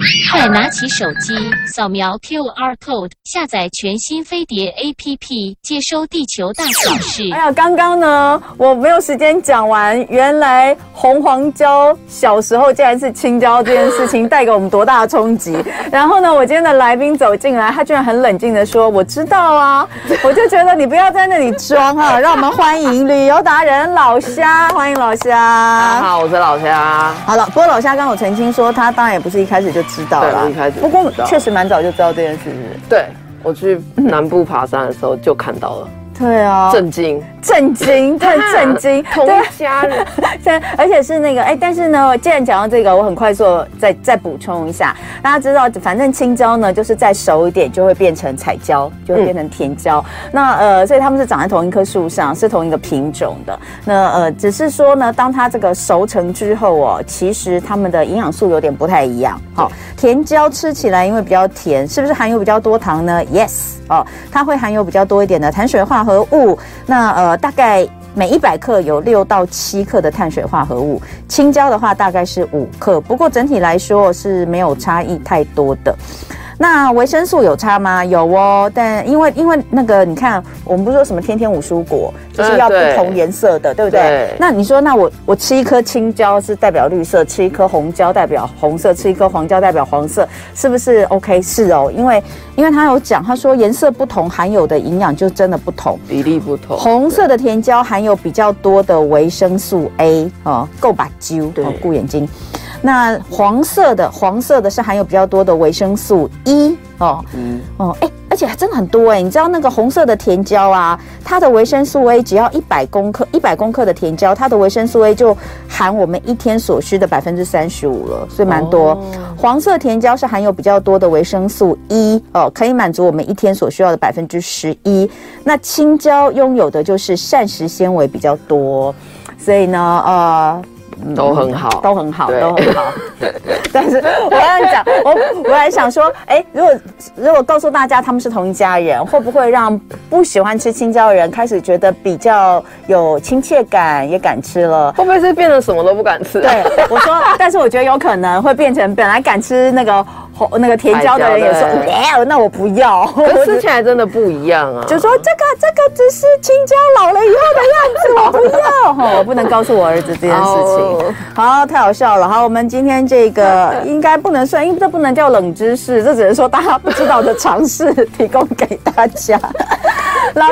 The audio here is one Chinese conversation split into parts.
快拿起手机，扫描 QR code， 下载全新飞碟 APP， 接收地球大小事。 哎呀，刚刚呢，我没有时间讲完，原来红黄椒小时候竟然是青椒这件事情带给我们多大的冲击。然后呢，我今天的来宾走进来，他居然很冷静的说：“我知道啊。”我就觉得你不要在那里装啊！让我们欢迎旅游达人老虾，欢迎老虾。 大家好，我是老虾。 好了，不过老虾刚刚我澄清说，他当然也不是一开始就知道了， 对，一开始不过确实蛮早就知道这件事，是不是？ 对，我去南部爬山的时候就看到了。 对啊， 震惊， 震惊，太震惊！ 同家人， 对，而且是那个但是呢，既然讲到这个，我很快速再补充一下，大家知道，反正青椒呢，就是再熟一点就会变成彩椒，就会变成甜椒。那所以它们是长在同一棵树上，是同一个品种的。那只是说呢，当它这个熟成之后哦，其实它们的营养素有点不太一样。好，甜椒吃起来因为比较甜，是不是含有比较多糖呢 ？Yes。它会含有比较多一点的碳水化合物，那大概每100克有6到7克的碳水化合物，青椒的话大概是5克，不过整体来说是没有差异太多的。那维生素有差吗？有哦，但因为那个你看，我们不是说什么天天5蔬果，就是要不同颜色的，对不对？ 对。 那你说，那我吃一颗青椒是代表绿色，吃一颗红椒代表红色，吃一颗黄椒代表黄色，是不是 OK？ 是哦，因为他有讲，他说颜色不同，含有的营养就真的不同， 比例不同。 红色的甜椒含有比较多的维生素 A 够把揪，顾眼睛。那黄色的是含有比较多的维生素 E 而且还真的很多你知道那个红色的甜椒啊，它的维生素 A 只要100公克的甜椒，它的维生素 A 就含我们一天所需的35%了，所以蛮多。黄色甜椒是含有比较多的维生素 E 可以满足我们一天所需要的11%。那青椒拥有的就是膳食纤维比较多，所以呢都很好， 都很好。但是我刚刚讲，我还想说，如果告诉大家他们是同一家人，会不会让不喜欢吃青椒的人开始觉得比较有亲切感，也敢吃了？ 会不会是变成什么都不敢吃？ 对，我说，但是我觉得有可能会变成本来敢吃那个甜椒的人也说，那我不要。 可是吃起来真的不一样啊！ 就说这个只是青椒老了以后的样子，我不要。我不能告诉我儿子这件事情。好，太好笑了。好，我们今天这个应该不能算，因为这不能叫冷知识，这只能说大家不知道的常识提供给大家。老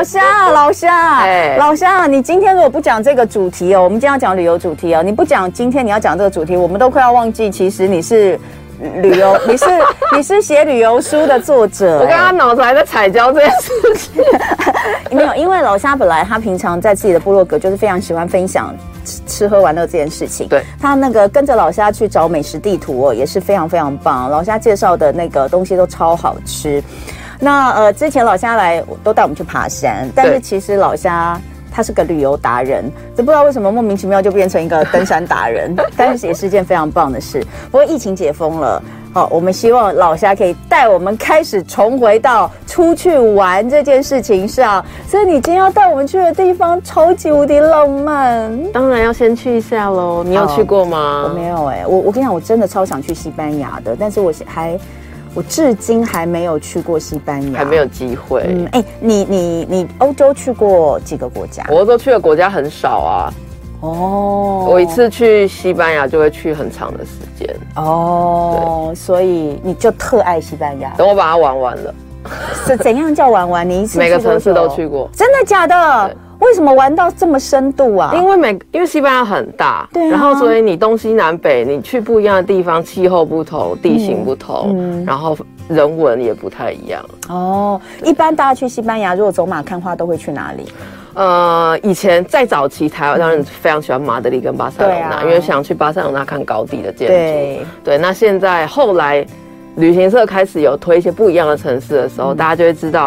虾，你今天如果不讲这个主题我们今天要讲旅游主题你不讲今天你要讲这个主题，我们都快要忘记，其实你是旅游，你是写旅游书的作者。 我刚刚脑子还在彩椒这件事情。 没有，因为老虾本来他平常在自己的部落格就是非常喜欢分享吃喝玩乐这件事情。 对， 他那个跟着老虾去找美食地图也是非常非常棒。老虾介绍的那个东西都超好吃。那之前老虾来都带我们去爬山，但是其实老虾他是个旅游达人，这不知道为什么莫名其妙就变成一个登山达人，但是也是件非常棒的事。不过疫情解封了，我们希望老虾可以带我们开始重回到出去玩这件事情上。所以你今天要带我们去的地方超级无敌浪漫， 当然要先去一下咯。你有去过吗？ 我没有我跟你讲，我真的超想去西班牙的，但是我至今还没有去过西班牙， 还没有机会。 你欧洲去过几个国家？ 我欧洲去的国家很少啊。我一次去西班牙就会去很长的时间。 所以你就特爱西班牙。 等我把它玩完了。 是怎样叫玩完？你一次每个城市都去过？ 真的假的？为什么玩到这么深度啊？ 因为西班牙很大，对然后所以你东西南北，你去不一样的地方，气候不同，地形不同，然后人文也不太一样。 一般大家去西班牙，如果走马看花，都会去哪里？ 以前在早期台湾人非常喜欢马德里跟巴塞罗那，因为想去巴塞罗那看高地的建筑。对，那现在后来旅行社开始有推一些不一样的城市的时候，大家就会知道，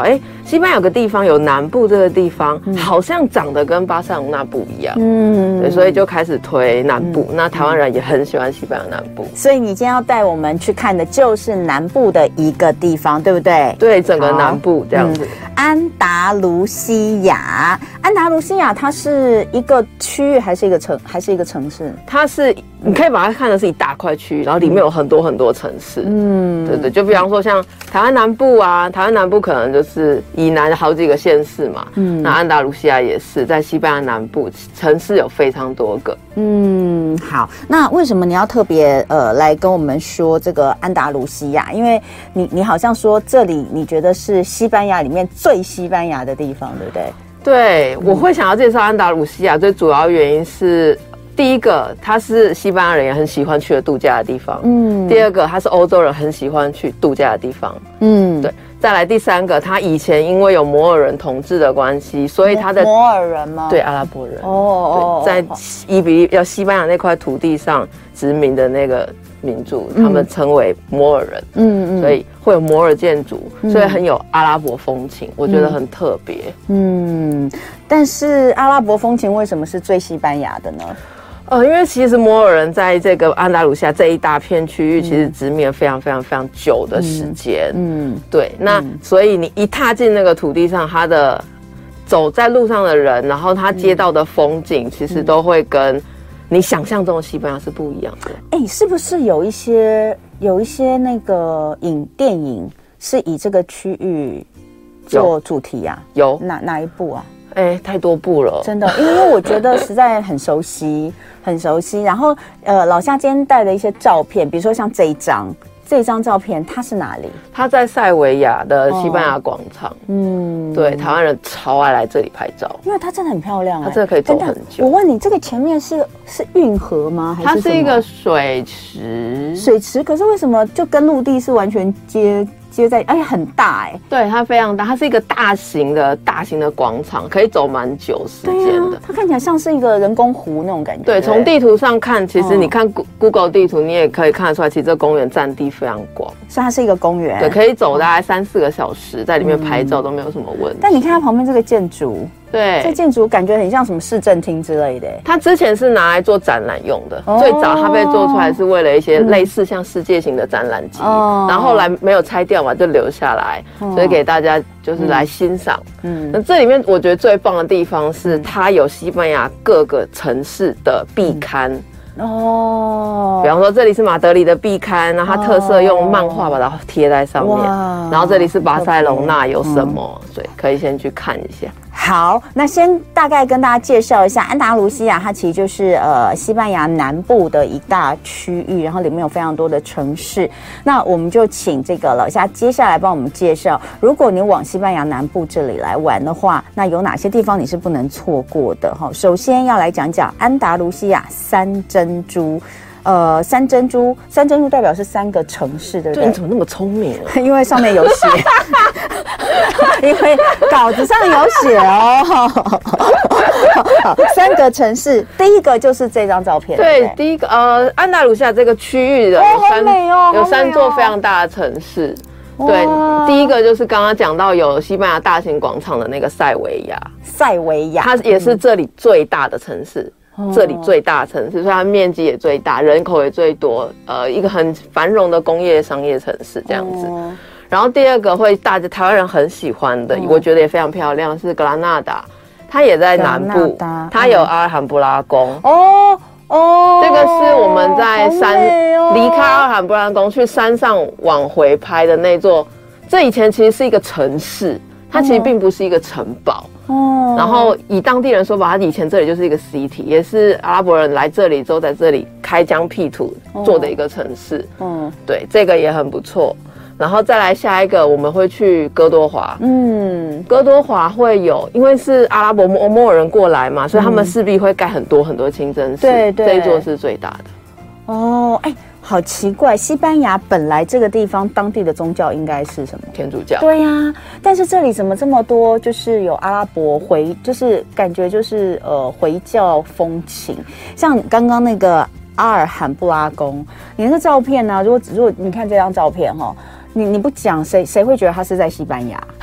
西班牙有个地方有南部这个地方，好像长得跟巴塞隆纳不一样，对，所以就开始推南部。那台湾人也很喜欢西班牙南部， 所以你今天要带我们去看的就是南部的一个地方，对不对？ 对，整个南部这样子。 安达卢西亚，安达卢西亚它是一个区域还是一个城市？ 它是，你可以把它看的是一大块区域，然后里面有很多很多城市。对对，就比方说像台湾南部啊，台湾南部可能就是以南好几个县市嘛。那安达卢西亚也是在西班牙南部，城市有非常多个。 好，那为什么你要特别来跟我们说这个安达卢西亚？因为你好像说这里你觉得是西班牙里面最西班牙的地方，对不对？ 对，我会想要介绍安达卢西亚，最主要原因是第一个，它是西班牙人也很喜欢去的度假的地方。第二个，它是欧洲人很喜欢去度假的地方。对。再来第三个，它以前因为有摩尔人统治的关系，所以它的摩尔人吗？ 对，阿拉伯人。在伊比利西班牙那块土地上殖民的那个民族，他们称为摩尔人。所以会有摩尔建筑，所以很有阿拉伯风情，我觉得很特别。 但是阿拉伯风情为什么是最西班牙的呢？ 因为其实摩尔人在这个安达卢西亚这一大片区域，其实殖民了非常非常非常久的时间。对，那所以你一踏进那个土地上，他的走在路上的人，然后他街道的风景，其实都会跟你想象中的西班牙是不一样的。 是不是有一些那个电影是以这个区域做主题啊？ 有哪一部啊？ 太多部了， 真的，因为我觉得实在很熟悉，很熟悉。然后，老夏今天带的一些照片，比如说像这一张照片，它是哪里？ 它在塞维亚的西班牙广场。对，台湾人超爱来这里拍照， 因为它真的很漂亮。 它真的可以走很久。 我问你，这个前面是运河吗？还是它是一个水池？ 水池，可是为什么就跟陆地是完全接在？很大对，它非常大，它是一个大型的广场，可以走蛮久时间的。 它看起来像是一个人工湖那种感觉。 对，从地图上看，其实你看 Google 地图，你也可以看得出来，其实这公园占地非常广， 所以它是一个公园。 对，可以走大概3-4个小时，在里面拍照都没有什么问题。 但你看它旁边这个建筑。 对， 这建筑感觉很像什么市政厅之类的。 它之前是拿来做展览用的，最早它被做出来是为了一些类似像世界型的展览机，然后后来没有拆掉嘛，就留下来，所以给大家就是来欣赏。那这里面我觉得最棒的地方是它有西班牙各个城市的壁刊。比方说这里是马德里的壁刊，然后它特色用漫画把它贴在上面，然后这里是巴塞隆纳有什么，所以可以先去看一下。 好，那先大概跟大家介绍一下安达卢西亚，它其实就是西班牙南部的一大区域，然后里面有非常多的城市。那我们就请这个老夏接下来帮我们介绍，如果你往西班牙南部这里来玩的话，那有哪些地方你是不能错过的哈？首先要来讲讲安达卢西亚三珍珠。三珍珠代表是3个城市，对不对？ 你怎么那么聪明啊？ 因为上面有写，因为稿子上有写哦。3个城市，第一个就是这张照片。 对，第一个安达卢西亚这个区域的有3座非常大的城市。对，第一个就是刚刚讲到有西班牙大型广场的那个塞维亚，它也是这里最大的城市。这里最大的城市，所以它面积也最大，人口也最多，一个很繁荣的工业商业城市这样子。然后第二个会台湾人很喜欢的，我觉得也非常漂亮，是格拉纳达，它也在南部，它有阿尔罕布拉宫。这个是我们在离开阿尔罕布拉宫去山上往回拍的那座，这以前其实是一个城市，它其实并不是一个城堡。然后以当地人说法，它以前这里就是一个 city， 也是阿拉伯人来这里之后在这里开疆辟土做的一个城市。对，这个也很不错。然后再来下一个，我们会去哥多华。哥多华会有，因为是阿拉伯摩尔人过来嘛，所以他们势必会盖很多很多清真寺。对，这一座是最大的。 好奇怪，西班牙本来这个地方当地的宗教应该是什么？ 天主教。 对呀，但是这里怎么这么多？就是有阿拉伯就是感觉就是回教风情。像刚刚那个阿尔罕布拉宫，你那个照片呢？如果你看这张照片哈，你不讲谁会觉得它是在西班牙？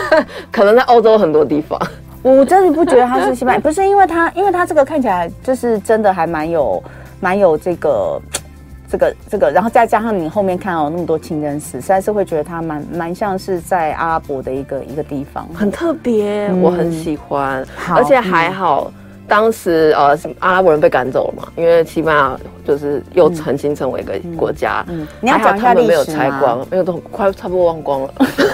可能在欧洲很多地方。 我真的不觉得它是西班牙，不是因为它这个看起来就是真的还蛮有这个，然后再加上你后面看到那么多清真寺，实在是会觉得它蛮像是在阿拉伯的一个地方， 很特别，我很喜欢，而且还好。当时阿拉伯人被赶走了嘛，因为西班牙就是又重新成为一个国家。 你要讲一下历史吗？ 没有拆光，没有都快差不多忘光了。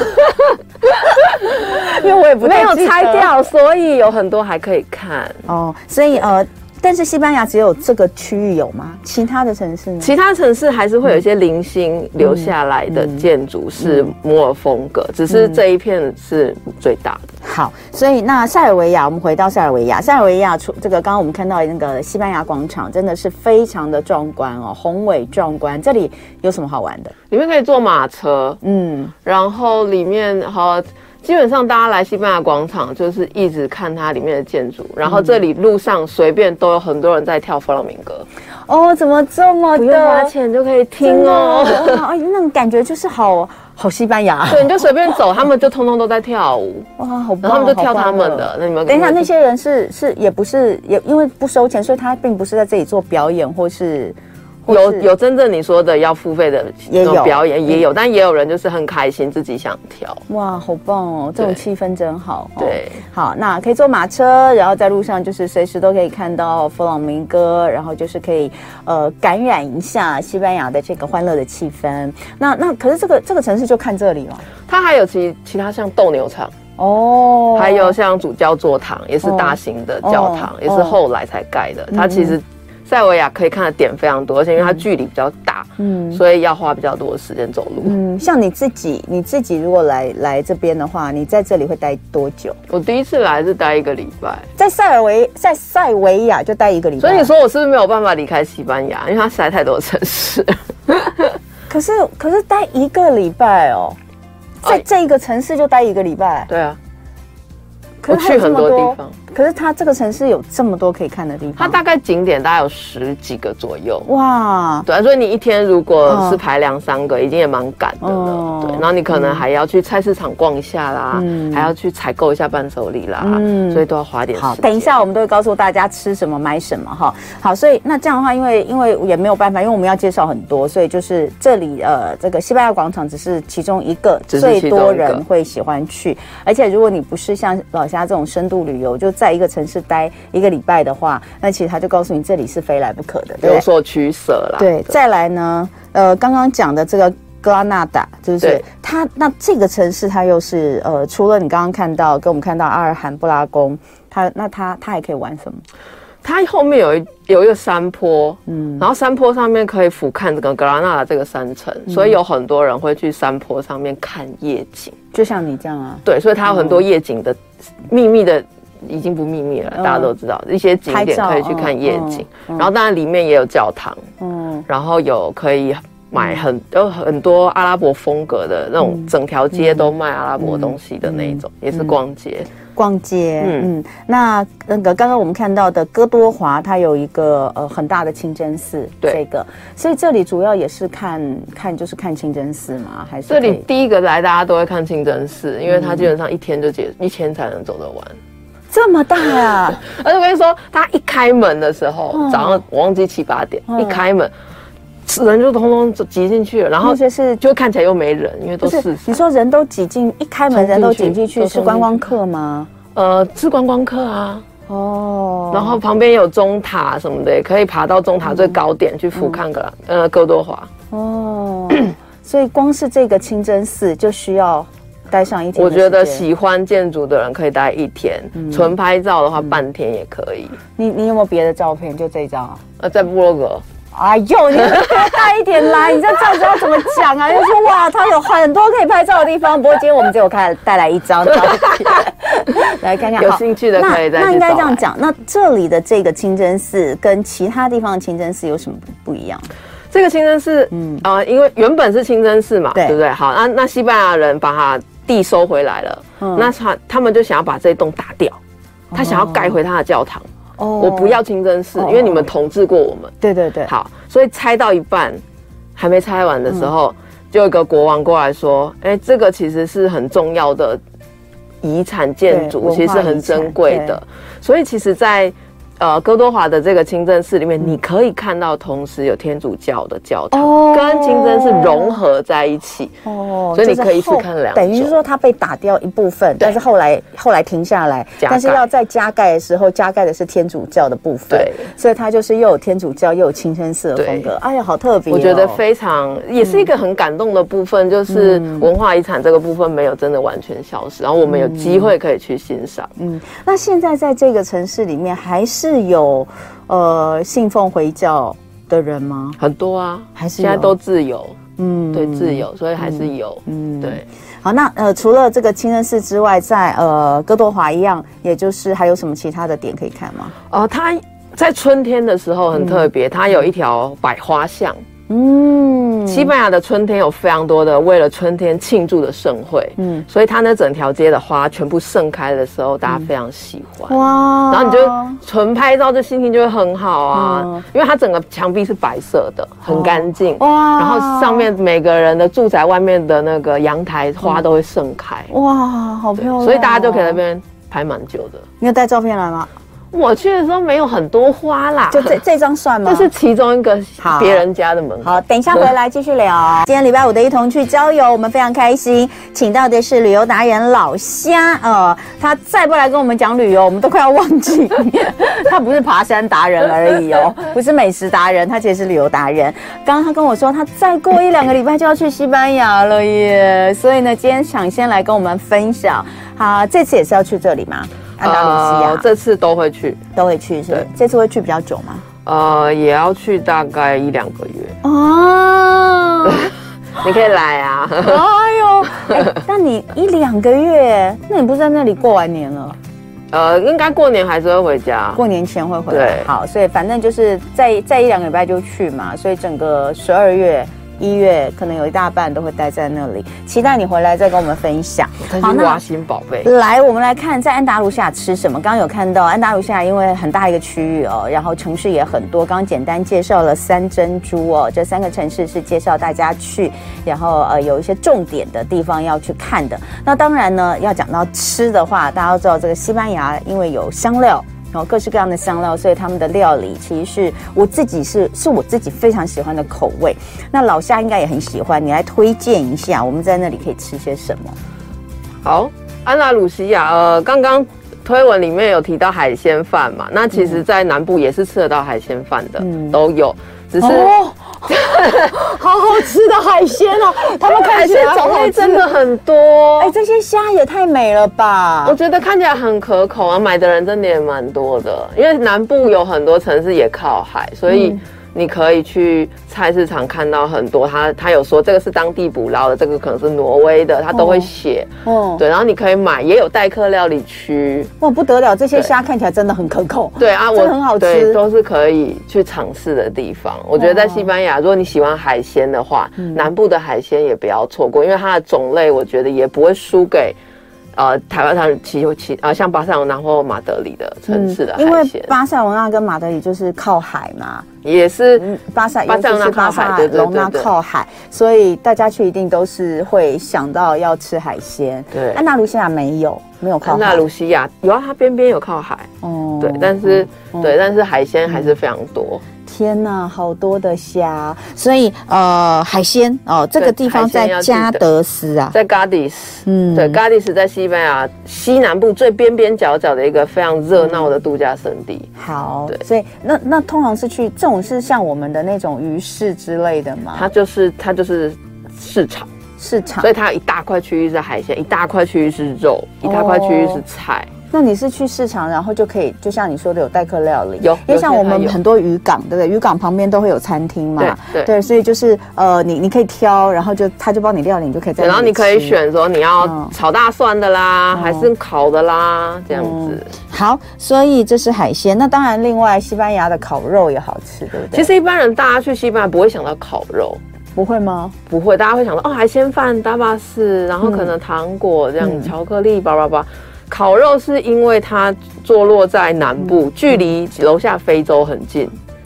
因为我也不没有拆掉，所以有很多还可以看哦。所以但是西班牙只有这个区域有吗？其他的城市呢？ 其他城市还是会有一些零星留下来的建筑是摩尔风格，只是这一片是最大的。 好，所以那塞尔维亚，我们回到塞尔维亚。塞尔维亚这个刚刚我们看到那个西班牙广场，真的是非常的壮观哦，宏伟壮观。这里有什么好玩的？ 里面可以坐马车，然后里面基本上大家来西班牙广场就是一直看它里面的建筑，然后这里路上随便都有很多人在跳弗朗明哥。 哦，怎么这么的？ 不用花钱就可以听哦。 那种感觉就是好西班牙。 对，你就随便走，他们就通通都在跳舞。 哇，好棒！ 然后他们就跳他们的。那你们等一下，那些人是也不是也因为不收钱，所以他并不是在这里做表演或是。 有真正你说的要付费的也有表演也有，但也有人就是很开心自己想跳。 哇，好棒哦！这种气氛真好。 对， 好，那可以坐马车，然后在路上就是随时都可以看到弗朗明哥，然后就是可以感染一下西班牙的这个欢乐的气氛。那可是这个城市就看这里了。 它还有其他像斗牛场哦， 还有像主教座堂，也是大型的教堂，也是后来才盖的。它其实。塞尔维亚可以看的点非常多，而且因为它距离比较大，所以要花比较多的时间走路。 像你自己如果来这边的话，你在这里会待多久？ 我第一次来是待1个礼拜， 在塞维亚就待1个礼拜。 所以你说我是不是没有办法离开西班牙？因为它实在太多城市。 可是待1个礼拜哦，在这一个城市就待1个礼拜。 对啊。 可是我去很多地方， 可是它这个城市有这么多可以看的地方， 它大概景点大概有10几个左右。 哇， 对啊，所以你一天如果是排2、3个，已经也蛮赶的了。对，然后你可能还要去菜市场逛一下啦，还要去采购一下伴手礼啦，所以都要花点时间。 好，等一下我们都会告诉大家吃什么买什么哈。好，所以那这样的话，因为也没有办法，因为我们要介绍很多，所以就是这里这个西班牙广场只是其中一个最多人会喜欢去，而且如果你不是像老夏这种深度旅游，就在一个城市待1个礼拜的话，那其实他就告诉你这里是非来不可的， 有所取舍啦。 对，再来呢，刚刚讲的这个格拉纳达，就是它那这个城市，它又是除了你刚刚跟我们看到阿尔罕布拉宫，它还可以玩什么？ 它后面有一个山坡，然后山坡上面可以俯瞰这个格拉纳达这个山城，所以有很多人会去山坡上面看夜景， 就像你这样啊。 对，所以它有很多夜景的秘密的。已经不秘密了，大家都知道一些景点可以去看夜景，然后当然里面也有教堂，然后有可以买有很多阿拉伯风格的那种，整条街都卖阿拉伯东西的那一种，也是逛街。 那个刚刚我们看到的哥多华，它有一个很大的清真寺，这个，所以这里主要也是看清真寺吗？还是这里第一个来大家都会看清真寺，因为它基本上1天才能走得完。 这么大呀！ 而且我跟你说，他一开门的时候，早上我忘记7、8点，一开门，人就通通挤进去了，然后就看起来又没人，因为都是你说人都挤进，一开门人都挤进去，是观光客吗？ 是观光客啊。哦，然后旁边有钟塔什么的，也可以爬到钟塔最高点去俯瞰哥多华。哦， 所以光是这个清真寺就需要待上1天。 我觉得喜欢建筑的人可以待1天，纯拍照的话半天也可以。 你有没有别的照片？就这一张啊？ 在部落格。 哎呦，你多带一点来，你这样子要怎么讲啊？就说哇，它有很多可以拍照的地方。不过今天我们只有带来1张照片，来看看。 有兴趣的可以再去找。 那应该这样讲，那这里的这个清真寺跟其他地方的清真寺有什么不一样？ 这个清真寺，因为原本是清真寺嘛，对不对？好，那西班牙人把它地收回来了，那他们就想要把这一栋打掉，他想要盖回他的教堂。我不要清真寺，因为你们统治过我们。 对对对。 好，所以拆到一半，还没拆完的时候，就有一个国王过来说：“这个其实是很重要的遗产建筑，其实很珍贵的。所以其实在哥多华的这个清真寺里面，你可以看到同时有天主教的教堂跟清真寺融合在一起，所以你可以一次看两种。 等于是说它被打掉一部分，但是后来停下来，但是要在加盖的时候，加盖的是天主教的部分，对，所以它就是又有天主教又有清真寺的风格。哎呀，好特别！ 我觉得非常，也是一个很感动的部分，就是文化遗产这个部分没有真的完全消失，然后我们有机会可以去欣赏。 那现在在这个城市里面还是有信奉回教的人吗？ 很多啊，还是现在都自由，对，自由，所以还是有，对。 好，那除了这个清真寺之外，在哥多华一样，也就是还有什么其他的点可以看吗？ 它在春天的时候很特别，它有一条百花巷。西班牙的春天有非常多的为了春天庆祝的盛会，所以它那整条街的花全部盛开的时候，大家非常喜欢。哇！然后你就纯拍照，这心情就会很好啊，因为它整个墙壁是白色的，很干净。哇！然后上面每个人的住宅外面的那个阳台花都会盛开。哇，好漂亮！所以大家就可以在那边拍蛮久的。 你有带照片来吗？ 我去的时候没有很多花啦， 就这张算吗？ 这是其中一个别人家的门口。 好，等一下回来继续聊。今天礼拜五的一同去郊游，我们非常开心，请到的是旅游达人老虾。他再不来跟我们讲旅游，我们都快要忘记。他不是爬山达人而已哦，不是美食达人，他其实是旅游达人。刚刚他跟我说，他再过1-2个礼拜就要去西班牙了耶，所以呢，今天想先来跟我们分享。好，这次也是要去这里吗？安达卢西亚， 这次都会去， 是不是？这次会去比较久吗？ 也要去大概1-2个月哦。你可以来啊！ 哎呦，那你1-2个月，那你不是在那里过完年了？ 应该过年还是会回家， 过年前会回来。好，所以反正就是在1-2个礼拜就去嘛，所以整个12月。1月可能有一大半都会待在那里，期待你回来再跟我们分享。 好，挖心宝贝。 来，我们来看在安达卢西亚吃什么。刚刚有看到安达卢西亚因为很大一个区域哦，然后城市也很多。刚刚简单介绍了3珍珠哦，这3个城市是介绍大家去，然后有一些重点的地方要去看的。那当然呢，要讲到吃的话，大家都知道这个西班牙因为有香料。然后各式各样的香料，所以他们的料理其实是我自己是我自己非常喜欢的口味。那老夏应该也很喜欢，你来推荐一下，我们在那里可以吃些什么？ 好，安达卢西亚，刚刚推文里面有提到海鲜饭嘛，那其实在南部也是吃得到海鲜饭的，都有，只是。 好好吃的海鲜哦！他们看起来种类真的很多。 这些虾也太美了吧！ 我觉得看起来很可口啊，买的人真的也蛮多的。因为南部有很多城市也靠海，所以你可以去菜市场看到很多。他有说这个是当地捕捞的，这个可能是挪威的，他都会写。对，然后你可以买，也有代客料理区。 哇，不得了！这些虾看起来真的很可口。 对啊， 真的很好吃， 对，都是可以去尝试的地方。我觉得在西班牙，如果你喜欢海鲜的话，南部的海鲜也不要错过，因为它的种类我觉得也不会输给。台湾像巴塞罗那或马德里的城市的海鲜，因为巴塞罗那跟马德里就是靠海嘛， 也是巴塞罗那靠海，所以大家去一定都是会想到要吃海鲜。对，安达卢西亚没有靠海。 安达卢西亚有啊，它边边有靠海。哦，对，但是海鲜还是非常多。 天哪，好多的虾！所以海鲜哦，这个地方在加德斯啊， 在加迪斯。对，加迪斯在西班牙西南部最边边角角的一个非常热闹的度假胜地。 好，对，所以那通常是去这种是像我们的那种鱼市之类的吗？ 它就是市场，所以它有一大块区域是海鲜，一大块区域是肉，一大块区域是菜。 那你是去市场，然后就可以，就像你说的有代客料理，因为像我们很多渔港，对不对？渔港旁边都会有餐厅嘛，对，所以就是你可以挑，然后他就帮你料理，你就可以在那里吃。 然后你可以选说你要炒大蒜的啦，还是烤的啦，这样子。 好，所以这是海鲜。那当然，另外西班牙的烤肉也好吃，对不对？ 其实一般人大家去西班牙不会想到烤肉。 不会吗？ 不会，大家会想到海鲜饭、大巴士，然后可能糖果这样，巧克力，叭叭叭。烤肉是因为它坐落在南部，距离楼下非洲很近，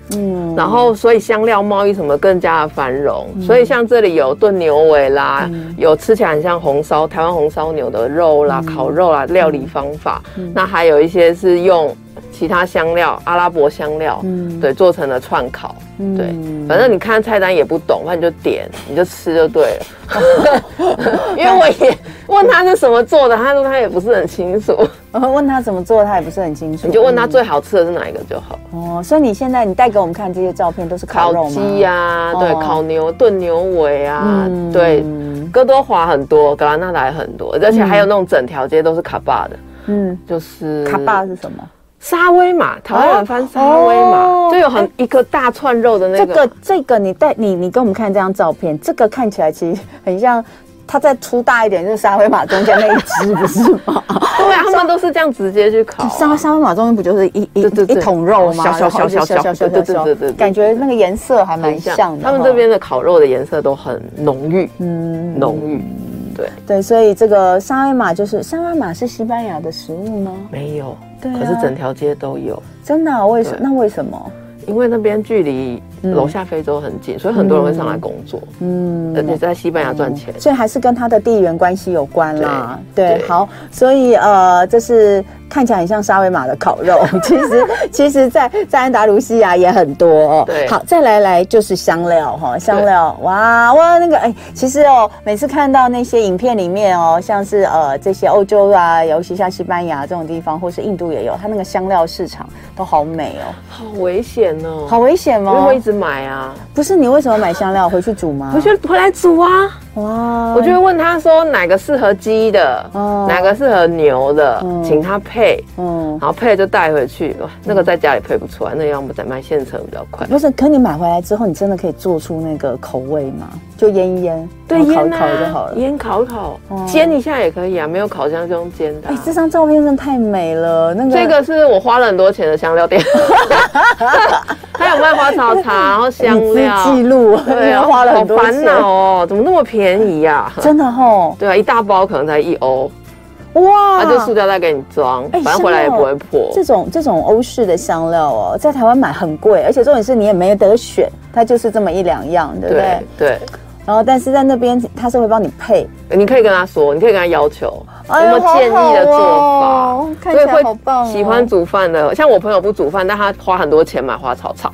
然后所以香料贸易什么更加的繁荣，所以像这里有炖牛尾啦，有吃起来很像台湾红烧牛的肉啦、烤肉啦，料理方法，那还有一些是用其他香料，阿拉伯香料，对，做成了串烤，对，反正你看菜单也不懂，反正你就点，你就吃就对了。因为我也问他是什么做的，他说他也不是很清楚。 问他怎么做，他也不是很清楚。 你就问他最好吃的是哪一个就好。 哦，所以你现在你带给我们看这些照片都是烤肉吗？ 烤鸡啊，对，烤牛、炖牛尾啊，对，哥多华很多，格拉纳达也很多，而且还有那种整条街都是卡巴的。就是卡巴是什么？ 沙威玛，台湾人翻沙威玛，就有一个大串肉的那个。 这个你给我们看这张照片，这个看起来其实很像。它再粗大一点，就是沙威玛中间那一只，不是吗？ 对啊，他们都是这样直接去烤。 沙威玛中间不就是一桶肉吗？小，对，感觉那个颜色还蛮像的。 他们这边的烤肉的颜色都很浓郁，浓郁。 对，所以这个沙威玛是西班牙的食物吗？ 没有，对，可是整条街都有。 真的？那为什么？ 因为那边距离楼下非洲很近，所以很多人会上来工作，而且在西班牙赚钱， 所以还是跟它的地缘关系有关啦。对，好，所以这是看起来很像沙威玛的烤肉，其实在安达卢西亚也很多哦。对，好，再来就是香料哈，香料哇那个其实每次看到那些影片里面像是这些欧洲啊，尤其像西班牙这种地方，或是印度也有，它那个香料市场都好美哦， 好危险哦， 好危险吗？ 因为会一直买啊。 不是，你为什么买香料回去煮吗？ 回来煮啊。哇，我就会问他说哪个适合鸡的，哪个适合牛的，请他配，然后配就带回去。那个在家里配不出来，那要么再买现成比较快。 不是，可你买回来之后，你真的可以做出那个口味吗？就腌一腌， 对， 烤一烤就好了。 腌烤一烤，煎一下也可以啊，没有烤箱就用煎的。 这张照片真的太美了。 这个是我花了很多钱的香料店，它有卖花草茶，然后香料记录， 对， 花了很多钱。 好烦恼哦，怎么那么便宜呀？ 真的哦。 对啊，一大包可能才1欧。哇！它就塑胶袋给你装，反正回来也不会破。 这种欧式的香料在台湾买很贵，而且重点是你也没得选，它就是这么1、2样，对不对？ 对。 然后，但是在那边他是会帮你配， 你可以跟他说，你可以跟他要求有没有建议的做法。 看起来好棒喜欢煮饭的，像我朋友不煮饭，但他花很多钱买花草茶。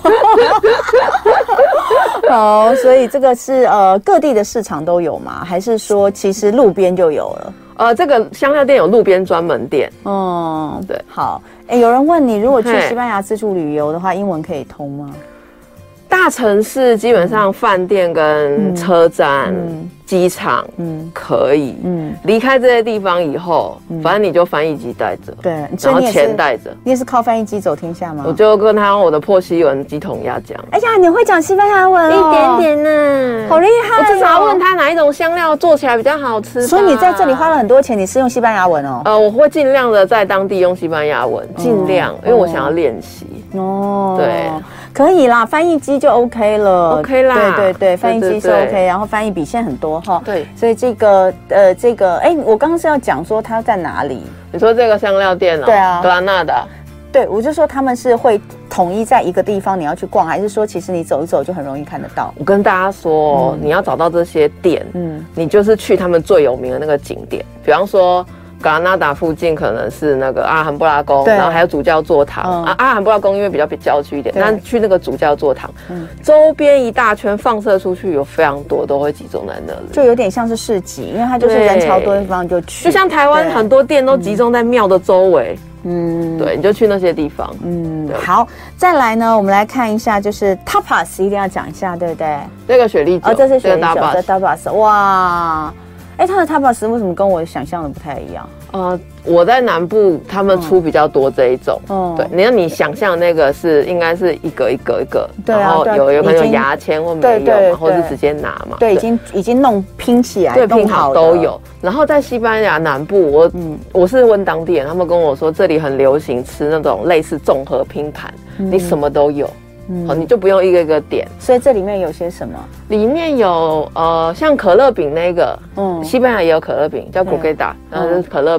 好，所以这个是各地的市场都有吗？还是说其实路边就有了？ 这个香料店有路边专门店。 对。好，有人问你，如果去西班牙自助旅游的话，英文可以通吗？ 大城市基本上饭店跟车站、机场可以。离开这些地方以后，反正你就翻译机带着， 对， 然后钱带着。 你也是靠翻译机走天下吗？ 我就跟他用我的破西文鸡同鸭讲。 哎呀，你会讲西班牙文一点点呢， 好厉害！ 我至少要问他哪一种香料做起来比较好吃。 所以你在这里花了很多钱，你是用西班牙文哦？ 我会尽量的在当地用西班牙文，尽量，因为我想要练习。对。 可以啦，翻译机就 OK 了 ，OK 啦， 对，翻译机是 OK，然后翻译笔现很多哈， 对， 所以我刚刚是要讲说它在哪里？ 你说这个香料店对啊， 格拉纳达， 对，我就说他们是会统一在一个地方你要去逛，还是说其实你走一走就很容易看得到？ 我跟大家说，你要找到这些店，你就是去他们最有名的那个景点，比方说。格拉纳达附近可能是那个阿罕布拉宫，然后还有主教座堂。阿罕布拉宫因为比较郊区一点，但去那个主教座堂，周边一大圈放射出去有非常多，都会集中在那里， 就有点像是市集，因为它就是人潮多的地方就去。 就像台湾很多店都集中在庙的周围，对，你就去那些地方。 好，再来呢，我们来看一下，就是 tapas 一定要讲一下，对不对？ 这个雪莉酒， 这是雪莉酒，这 tapas， 哇。它的 tapas 为什么跟我想象的不太一样？ 我在南部，他们出比较多这一种。对，你想象那个应该是一个一个，然后有可能有牙签或没有，或是直接拿嘛。 对，已经弄拼起来， 对，拼好都有。然后在西班牙南部，我是问当地人，他们跟我说这里很流行吃那种类似综合拼盘，你什么都有。你就不用一个一个点。 所以这里面有些什么？ 里面有像可乐饼那个，西班牙也有可乐饼叫 croqueta，然后就是可乐饼，然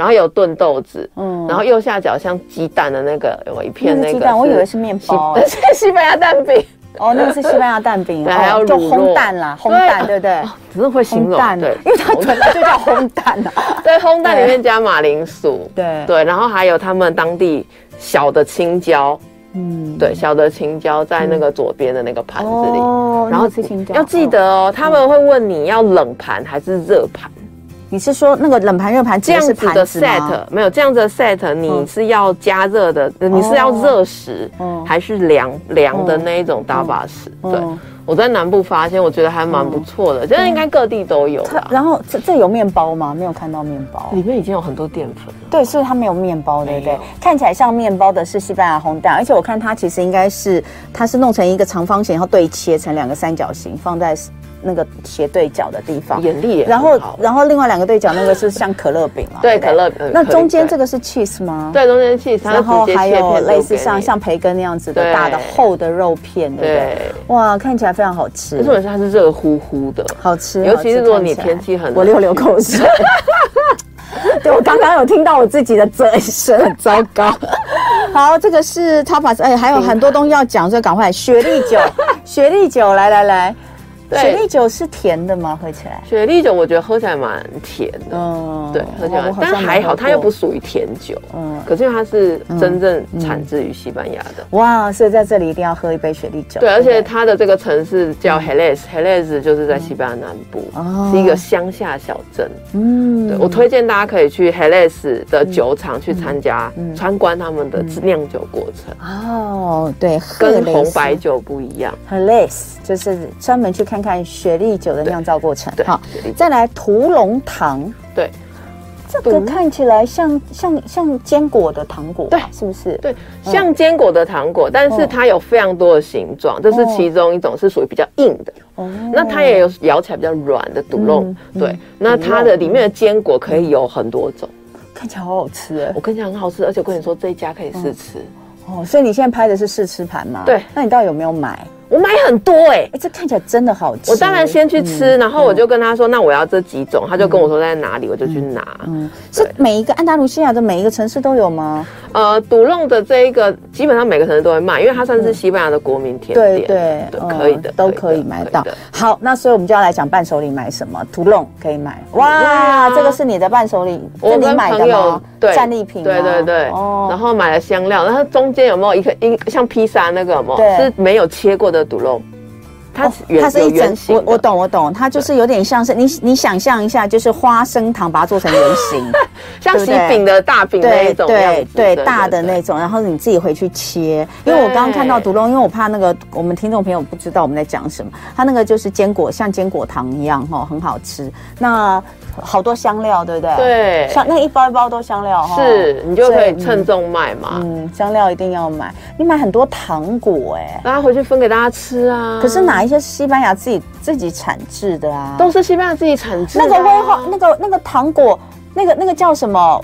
然后有炖豆子，然后右下角像鸡蛋的那个有一片那个鸡蛋， 我以为是面包， 西班牙蛋饼。 哦，那个是西班牙蛋饼， 对，还有就烘蛋啦，烘蛋，对不对？ 只是会形容，对， 因为它本来就叫烘蛋啊。 对，烘蛋里面加马铃薯， 对， 然后还有他们当地小的青椒，对，小的青椒在那个左边的那个盘子里，然后吃青椒要记得哦，他们会问你要冷盘还是热盘。 你是说那个冷盘热盘这样子的 set 没有这样子的 set， 你是要加热的，你是要热食还是凉的那一种打把食？对，我在南部发现，我觉得还蛮不错的，现在应该各地都有啦。 然后这有面包吗？没有看到面包， 里面已经有很多淀粉了。 对，所以它没有面包，对不对？看起来像面包的是西班牙烘蛋，而且我看它其实应该是它是弄成一个长方形，然后对切成2个三角形，放在那个斜对角的地方， 眼力也然后另外2个对角那个是像可乐饼嘛？ 对，可乐饼。 那中间这个是 cheese 吗？ 对，中间 cheese， 然后还有类似像培根那样子的大的厚的肉片，对不对？哇，看起来非常好吃。 而且它是热乎乎的， 好吃。 尤其是如果你天气很冷， 我流口水。对，我刚刚有听到我自己的嘴声，很糟糕。好，这个是 tapas， 还有很多东西要讲，所以赶快雪莉酒，雪莉酒，来。雪莉酒是甜的吗？喝起来？ 雪莉酒我觉得喝起来蛮甜的，对，喝起来，但还好，它又不属于甜酒，可是因为它是真正产自于西班牙的， 哇，所以在这里一定要喝一杯雪莉酒。 对，而且它的这个城市叫 Jerez 就是在西班牙南部，是一个乡下小镇。对，我推荐大家可以去 Jerez 的酒厂去参观他们的酿酒过程。 哦，对， 跟红白酒不一样。 Jerez 就是专门去看雪莉酒的酿造过程。好，再来屠龙糖。 对， 这个看起来像坚果的糖果， 对， 是不是？ 对，像坚果的糖果，但是它有非常多的形状，这是其中一种，是属于比较硬的。那它也有咬起来比较软的毒龙。对，那它的里面的坚果可以有很多种， 看起来好好吃哎！ 我跟你讲很好吃，而且我跟你说这一家可以试吃。 所以你现在拍的是试吃盘吗？ 对， 那你到底有没有买？ 我买很多这看起来真的好吃。 我当然先去吃，然后我就跟他说，那我要这几种，他就跟我说在哪里，我就去拿。 是每一个安达卢西亚的每一个城市都有吗？ 独弄的这一个基本上每个城市都会卖，因为它算是西班牙的国民甜点。对，可以的， 都可以买到。好，那所以我们就要来讲伴手礼买什么。独弄可以买，哇，这个是你的伴手礼，是你买的吗？战利品。 对。然后买了香料，然后中间有没有一个像披萨那个有没有？是没有切过的独弄。它是一整， 我懂，它就是有点像是你想象一下，就是花生糖把它做成圆形， 像喜饼的大饼那一种， 对，大的那种，然后你自己回去切。因为我刚刚看到独弄，因为我怕那个我们听众朋友不知道我们在讲什么，它那个就是坚果，像坚果糖一样很好吃。那好多香料，对不对？ 对， 像那一包一包都香料是你就可以称重卖嘛。 香料一定要买，你买很多糖果大家回去分给大家吃啊。 可是哪一些是西班牙自己产制的啊？ 都是西班牙自己产制的。 那个威化那个糖果。那个叫什么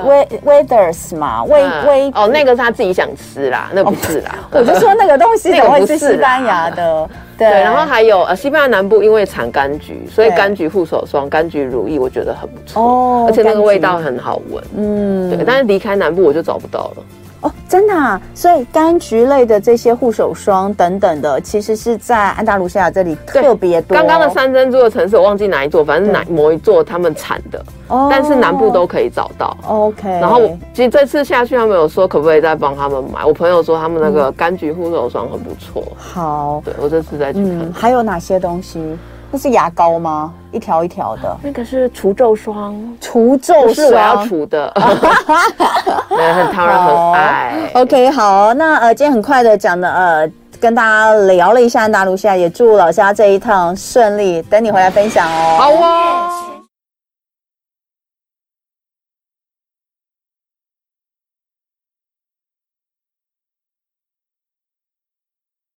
？Weathers 嘛， 那个是他自己想吃啦，那不是啦。 我就说那个东西怎么会是西班牙的？ 对，然后还有西班牙南部因为产柑橘，所以柑橘护手霜、柑橘乳液我觉得很不错，而且那个味道很好闻。对，但是离开南部我就找不到了。 真的啊！所以柑橘类的这些护手霜等等的，其实是在安达卢西亚这里特别多。 刚刚的3珍珠的城市我忘记哪一座，反正某一座他们产的，但是南部都可以找到。OK。然后其实这次下去，他们有说可不可以再帮他们买？我朋友说他们那个柑橘护手霜很不错。好，对我这次再去看。 还有哪些东西？那是牙膏吗？一条一条的， 那个是除皱霜。 除皱霜是我要除的，很唐人很爱。 OK， 好，那今天很快的讲的跟大家聊了一下安达卢西亚，也祝老虾这一趟顺利，等你回来分享哦。 好哦。